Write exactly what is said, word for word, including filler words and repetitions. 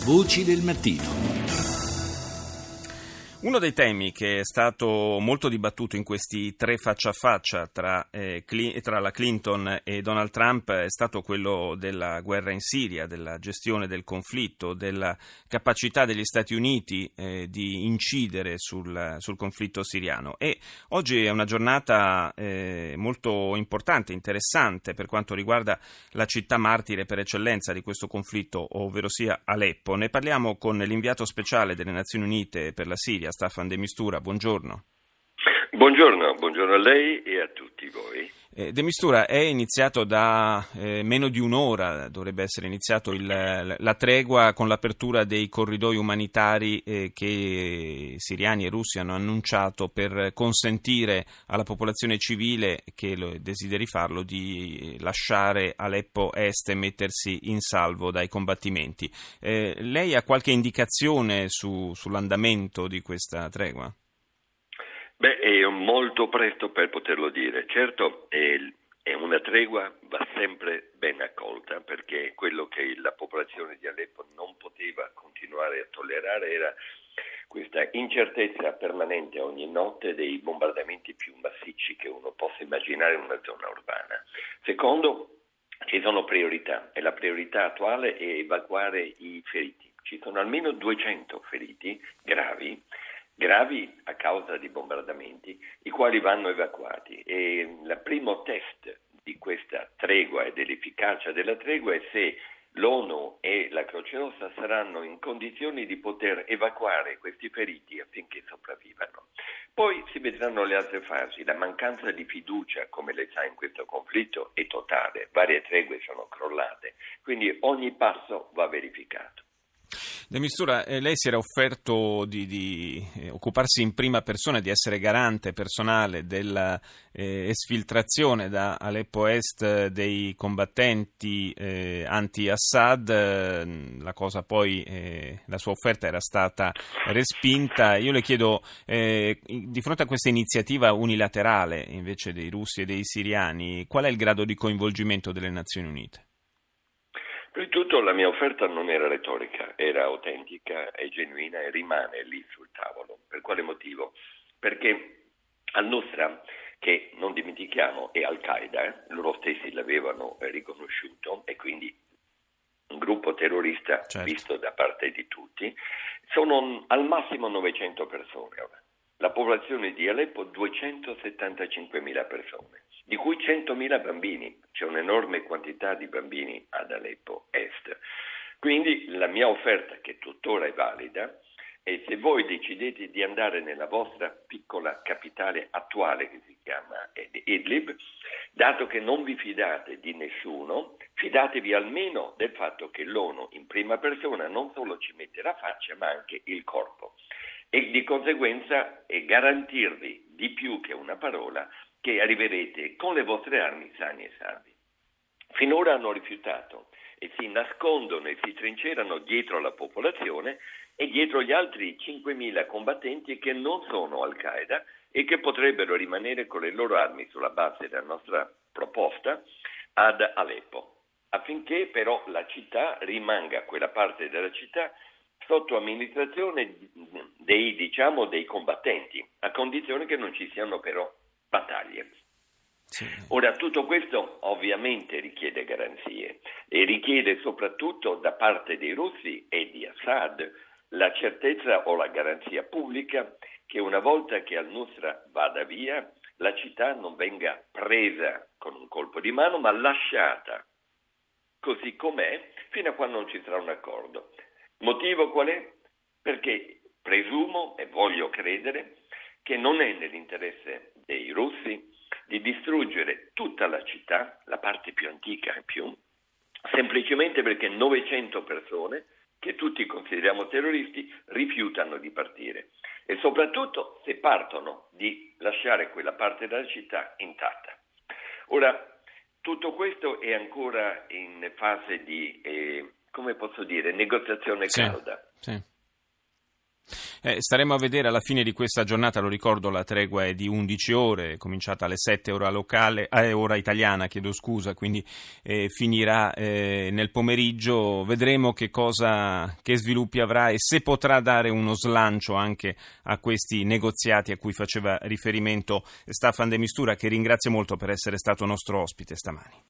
Voci del mattino. Uno dei temi che è stato molto dibattuto in questi tre faccia a faccia tra, eh, Cli- tra la Clinton e Donald Trump è stato quello della guerra in Siria, della gestione del conflitto, della capacità degli Stati Uniti eh, di incidere sul, sul conflitto siriano. E oggi è una giornata eh, molto importante, interessante per quanto riguarda la città martire per eccellenza di questo conflitto, ovvero sia Aleppo. Ne parliamo con l'inviato speciale delle Nazioni Unite per la Siria, Staffan de Mistura. Buongiorno. Buongiorno, buongiorno a lei e a tutti voi. Eh, de Mistura, è iniziato da eh, meno di un'ora, dovrebbe essere iniziato il, la tregua con l'apertura dei corridoi umanitari eh, che siriani e russi hanno annunciato per consentire alla popolazione civile che lo, desideri farlo di lasciare Aleppo Est e mettersi in salvo dai combattimenti. Eh, lei ha qualche indicazione su, sull'andamento di questa tregua? Beh, è molto presto per poterlo dire. Certo, è, è una tregua, va sempre ben accolta, perché quello che la popolazione di Aleppo non poteva continuare a tollerare era questa incertezza permanente ogni notte dei bombardamenti più massicci che uno possa immaginare in una zona urbana. Secondo, ci sono priorità e la priorità attuale è evacuare i feriti. Ci sono almeno duecento feriti gravi, gravi a causa di bombardamenti, i quali vanno evacuati. E il primo test di questa tregua e dell'efficacia della tregua è se l'ONU e la Croce Rossa saranno in condizioni di poter evacuare questi feriti affinché sopravvivano. Poi si vedranno le altre fasi. La mancanza di fiducia, come lei sa, in questo conflitto è totale. Varie tregue sono crollate, quindi ogni passo va verificato. De Mistura, eh, lei si era offerto di, di eh, occuparsi in prima persona, di essere garante personale della eh, esfiltrazione da Aleppo Est dei combattenti eh, anti-Assad. Eh, la cosa poi, eh, la sua offerta era stata respinta. Io le chiedo, eh, di fronte a questa iniziativa unilaterale invece dei russi e dei siriani, qual è il grado di coinvolgimento delle Nazioni Unite? Prima di tutto la mia offerta non era retorica, era autentica e genuina e rimane lì sul tavolo. Per quale motivo? Perché al-Nusra, che non dimentichiamo è Al-Qaeda, eh, loro stessi l'avevano riconosciuto e quindi un gruppo terrorista, certo, visto da parte di tutti, sono al massimo novecento persone ora. La popolazione di Aleppo duecentosettantacinquemila persone, di cui centomila bambini. C'è un'enorme quantità di bambini ad Aleppo Est. Quindi la mia offerta, che tuttora è valida, è se voi decidete di andare nella vostra piccola capitale attuale, che si chiama Idlib, dato che non vi fidate di nessuno, fidatevi almeno del fatto che l'ONU in prima persona non solo ci mette la faccia, ma anche il corpo. E di conseguenza è garantirvi di più che una parola che arriverete con le vostre armi sani e salvi. Finora hanno rifiutato e si nascondono e si trincerano dietro la popolazione e dietro gli altri cinquemila combattenti che non sono Al-Qaeda e che potrebbero rimanere con le loro armi sulla base della nostra proposta ad Aleppo, affinché però la città rimanga, quella parte della città, sotto amministrazione dei, diciamo, dei combattenti, a condizione che non ci siano però battaglie. Sì. Ora, tutto questo ovviamente richiede garanzie e richiede soprattutto da parte dei russi e di Assad la certezza o la garanzia pubblica che una volta che al-Nusra vada via, la città non venga presa con un colpo di mano, ma lasciata così com'è fino a quando non ci sarà un accordo. Motivo qual è? Perché presumo e voglio credere che non è nell'interesse dei russi di distruggere tutta la città, la parte più antica e più, semplicemente perché novecento persone, che tutti consideriamo terroristi, rifiutano di partire. E soprattutto se partono di lasciare quella parte della città intatta. Ora, tutto questo è ancora in fase di, eh, come posso dire, negoziazione sì, calda. Sì. Eh, staremo a vedere alla fine di questa giornata, lo ricordo, la tregua è di undici ore, è cominciata alle sette ora locale, eh, ora italiana, chiedo scusa, quindi eh, finirà eh, nel pomeriggio. Vedremo che cosa, che sviluppi avrà e se potrà dare uno slancio anche a questi negoziati a cui faceva riferimento Staffan de Mistura, che ringrazio molto per essere stato nostro ospite stamani.